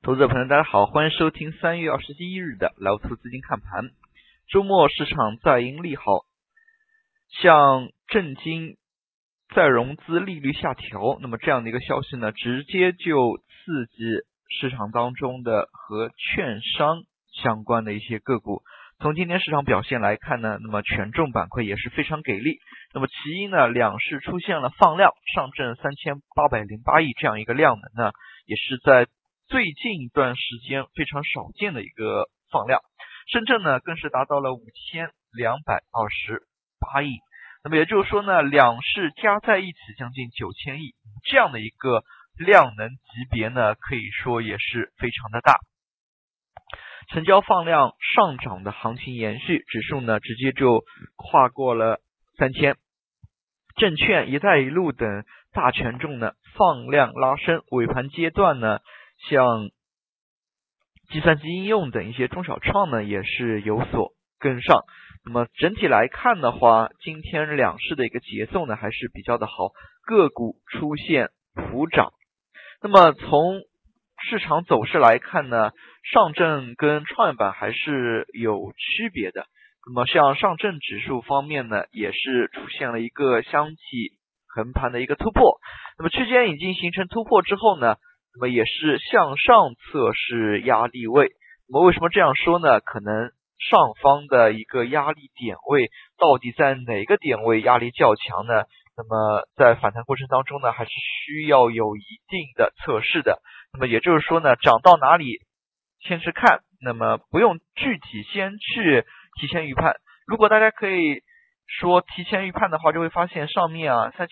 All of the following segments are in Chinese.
投资者朋友大家好，欢迎收听3月21日的老图资金看盘。周末市场再迎利好，像证金再融资利率下调，那么这样的一个消息呢，直接就刺激市场当中的和券商相关的一些个股。从今天市场表现来看呢，那么权重板块也是非常给力。那么其一呢，两市出现了放量，上证3808亿这样一个量能呢，也是在最近一段时间非常少见的一个放量。深圳呢更是达到了5228亿。那么也就是说呢，两市加在一起将近9000亿，这样的一个量能级别呢，可以说也是非常的大。成交放量上涨的行情延续，指数呢直接就跨过了3000。证券、一带一路等大权重呢放量拉升，尾盘阶段呢，像计算机应用等一些中小创呢也是有所跟上。那么整体来看的话，今天两市的一个节奏呢还是比较的好，个股出现普涨。那么从市场走势来看呢，上证跟创业板还是有区别的。那么像上证指数方面呢，也是出现了一个箱体横盘的一个突破。那么区间已经形成突破之后呢，那么也是向上测试压力位。那么为什么这样说呢？可能上方的一个压力点位到底在哪个点位压力较强呢？那么在反弹过程当中呢，还是需要有一定的测试的。那么也就是说呢，涨到哪里先去看，那么不用具体先去提前预判。如果大家可以说提前预判的话，就会发现上面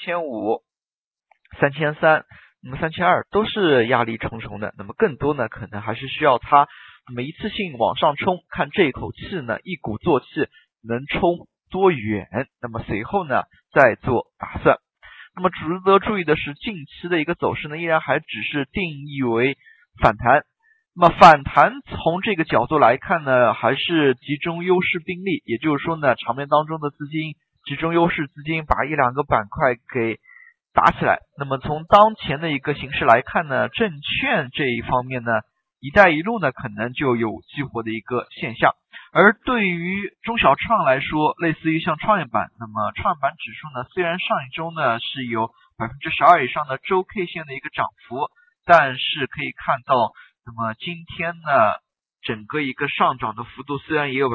3500、3300，那么3200都是压力重重的。那么更多呢，可能还是需要它那么一次性往上冲，看这一口气呢，一鼓作气能冲多远，那么随后呢再做打算。那么值得注意的是，近期的一个走势呢，依然还只是定义为反弹。那么反弹从这个角度来看呢，还是集中优势兵力，也就是说呢，场面当中的资金集中优势资金把一两个板块给打起来。那么从当前的一个形势来看呢，证券这一方面呢，一带一路呢可能就有激活的一个现象。而对于中小创来说，类似于像创业板，那么创业板指数呢，虽然上一周呢是有12%以上的周 K 线的一个涨幅，但是可以看到，那么今天呢，整个一个上涨的幅度虽然也有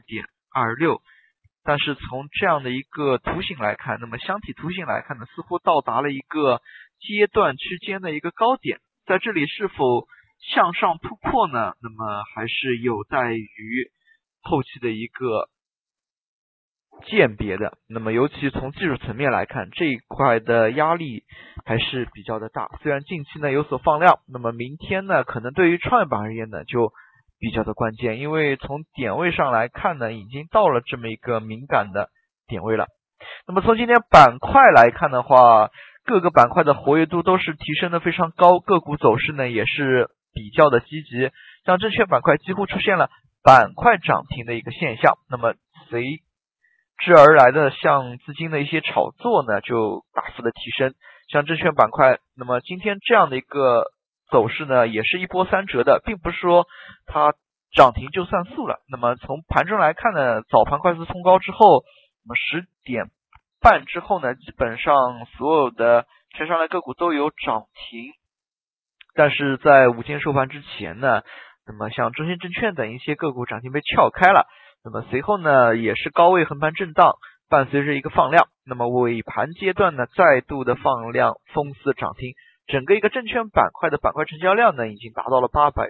2.26%，但是从这样的一个图形来看，那么箱体图形来看呢，似乎到达了一个阶段区间的一个高点，在这里是否向上突破呢？那么还是有待于后期的一个鉴别的。那么尤其从技术层面来看，这一块的压力还是比较的大。虽然近期呢有所放量，那么明天呢可能对于创业板而言呢就比较的关键，因为从点位上来看呢，已经到了这么一个敏感的点位了。那么从今天板块来看的话，各个板块的活跃度都是提升的非常高，个股走势呢也是比较的积极。像证券板块几乎出现了板块涨停的一个现象，那么随之而来的像资金的一些炒作呢就大幅的提升。像证券板块，那么今天这样的一个走势呢也是一波三折的，并不是说它涨停就算数了。那么从盘中来看呢，早盘快速冲高之后，那么10点半之后呢，基本上所有的券商类个股都有涨停。但是在午间收盘之前呢，那么像中信证券等一些个股涨停被撬开了，那么随后呢也是高位横盘震荡，伴随着一个放量，那么尾盘阶段呢再度的放量封死涨停，整个一个证券板块的板块成交量呢已经达到了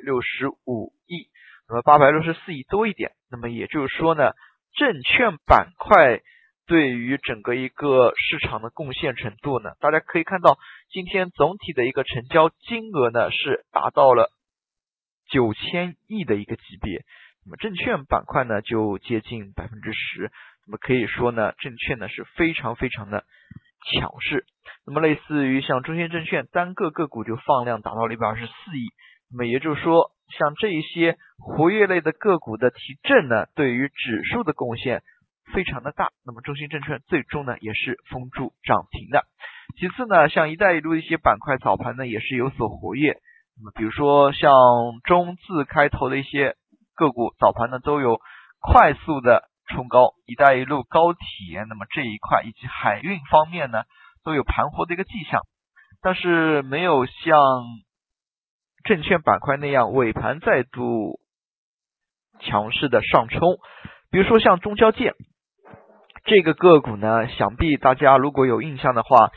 865亿，那么864亿多一点。那么也就是说呢，证券板块对于整个一个市场的贡献程度呢，大家可以看到今天总体的一个成交金额呢是达到了9000亿的一个级别，那么证券板块呢就接近10%，那么可以说呢，证券呢是非常非常的强势。那么类似于像中信证券单个个股就放量达到了124亿，那么也就是说，像这一些活跃类的个股的提振呢，对于指数的贡献非常的大，那么中信证券最终呢也是封住涨停的。其次呢，像一带一路的一些板块早盘呢也是有所活跃， 那么比如说像中字开头的一些个股，早盘呢都有快速的冲高，一带一路、高铁，那么这一块以及海运方面呢都有盘活的一个迹象，但是没有像证券板块那样尾盘再度强势的上冲。比如说像中交建这个个股呢，想必大家如果有印象的话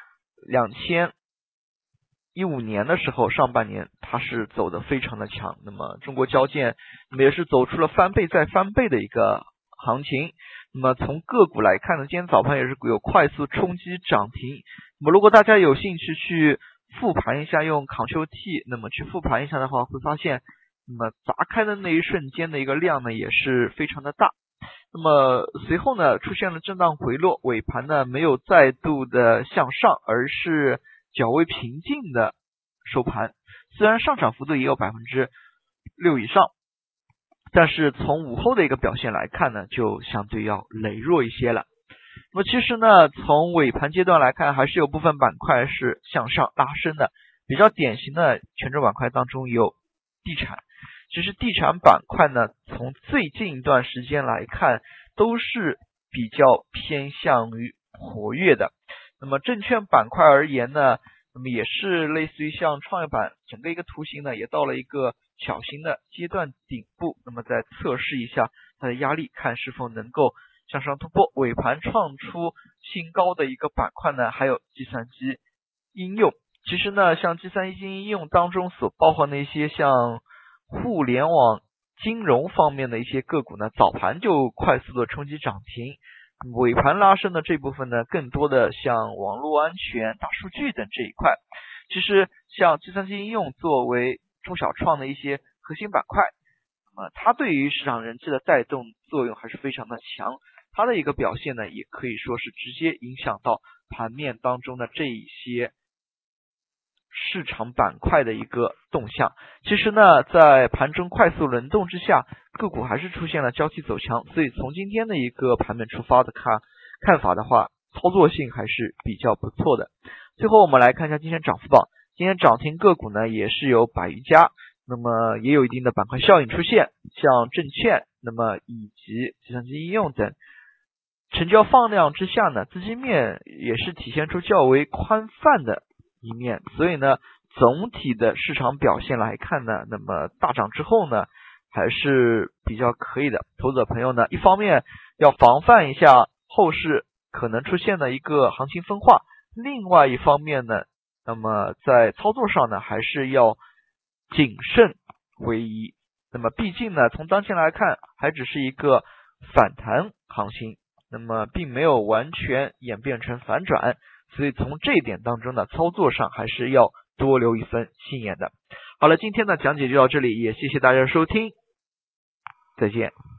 ，2015年的时候上半年它是走得非常的强，那么中国交建那么也是走出了翻倍再翻倍的一个行情。那么从个股来看呢，今天早盘也是有快速冲击涨停。那么如果大家有兴趣去复盘一下，用 Ctrl T 那么去复盘一下的话，会发现那么砸开的那一瞬间的一个量呢也是非常的大。那么随后呢出现了震荡回落，尾盘呢没有再度的向上，而是较为平静的收盘。虽然上涨幅度也有6%以上，但是从午后的一个表现来看呢，就相对要羸弱一些了。那么其实呢，从尾盘阶段来看，还是有部分板块是向上拉升的。比较典型的权重板块当中有地产。其实地产板块呢，从最近一段时间来看，都是比较偏向于活跃的。那么证券板块而言呢，那么也是类似于像创业板整个一个图形呢，也到了一个小型的阶段顶部，那么再测试一下它的压力，看是否能够向上突破，尾盘创出新高的一个板块呢，还有计算机应用。其实呢，像计算机应用当中所包含的一些像互联网金融方面的一些个股呢，早盘就快速的冲击涨停，尾盘拉升的这部分呢，更多的像网络安全、大数据等这一块。其实像计算机应用作为中小创的一些核心板块，那么它对于市场人气的带动作用还是非常的强，它的一个表现呢，也可以说是直接影响到盘面当中的这一些市场板块的一个动向。其实呢，在盘中快速轮动之下，个股还是出现了交替走强，所以从今天的一个盘面出发的看法的话，操作性还是比较不错的。最后我们来看一下今天涨幅榜，今天涨停个股呢也是有100余家，那么也有一定的板块效应出现，像证券，那么以及计算机应用等。成交放量之下呢，资金面也是体现出较为宽泛的一面，所以呢，总体的市场表现来看呢，那么大涨之后呢，还是比较可以的。投资者朋友呢，一方面要防范一下后市可能出现的一个行情分化，另外一方面呢，那么在操作上呢，还是要谨慎为宜。那么毕竟呢，从当前来看，还只是一个反弹行情，那么并没有完全演变成反转，所以从这一点当中呢，操作上还是要多留一分心眼的。好了，今天的讲解就到这里，也谢谢大家的收听，再见。